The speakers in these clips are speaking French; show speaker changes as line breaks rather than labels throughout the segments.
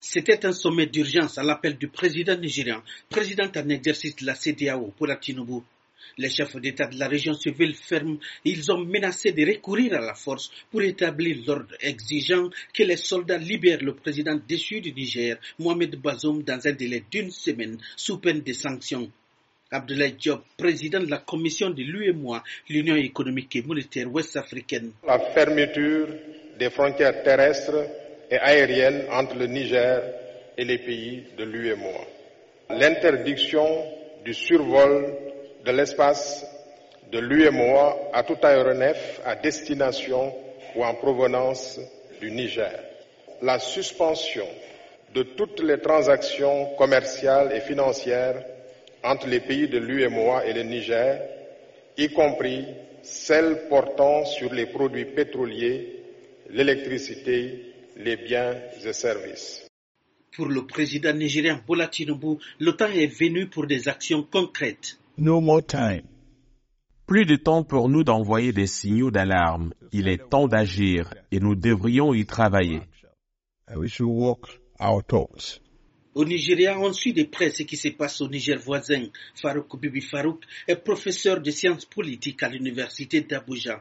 C'était un sommet d'urgence à l'appel du président nigérian, président en exercice de la CEDEAO, Bola Tinubu. Les chefs d'État de la région se veulent fermes et ils ont menacé de recourir à la force pour établir l'ordre, exigeant que les soldats libèrent le président déchu du Niger, Mohamed Bazoum, dans un délai d'une semaine, sous peine de sanctions. Abdoulaye Diop, président de la commission de l'UEMOA, l'Union économique et monétaire ouest-africaine.
La fermeture des frontières terrestres et aériennes entre le Niger et les pays de l'UEMOA. L'interdiction du survol de l'espace de l'UEMOA à tout aéronef à destination ou en provenance du Niger. La suspension de toutes les transactions commerciales et financières entre les pays de l'UEMOA et le Niger, y compris celles portant sur les produits pétroliers, l'électricité, les biens et services.
Pour le président nigérien Bola Tinubu, le temps est venu pour des actions concrètes.
No more time.
Plus de temps pour nous d'envoyer des signaux d'alarme. Il est temps d'agir et nous devrions y travailler.
We should walk our talks.
Au Nigeria, on suit de près ce qui se passe au Niger voisin. Farouk Bibi Farouk est professeur de sciences politiques à l'université d'Abuja.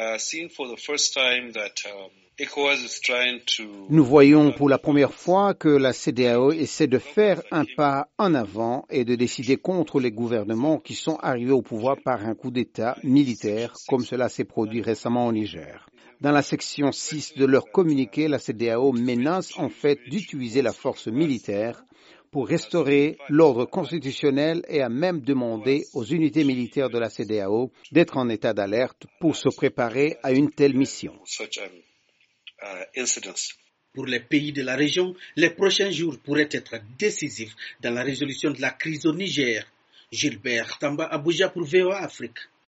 Nous voyons pour la première fois que la CEDEAO essaie de faire un pas en avant et de décider contre les gouvernements qui sont arrivés au pouvoir par un coup d'État militaire, comme cela s'est produit récemment au Niger. Dans la section 6 de leur communiqué, la CEDEAO menace en fait d'utiliser la force militaire pour restaurer l'ordre constitutionnel et a même demandé aux unités militaires de la CEDEAO d'être en état d'alerte pour se préparer à une telle mission.
Pour les pays de la région, les prochains jours pourraient être décisifs dans la résolution de la crise au Niger. Gilbert Tamba, Abuja pour VOA Afrique.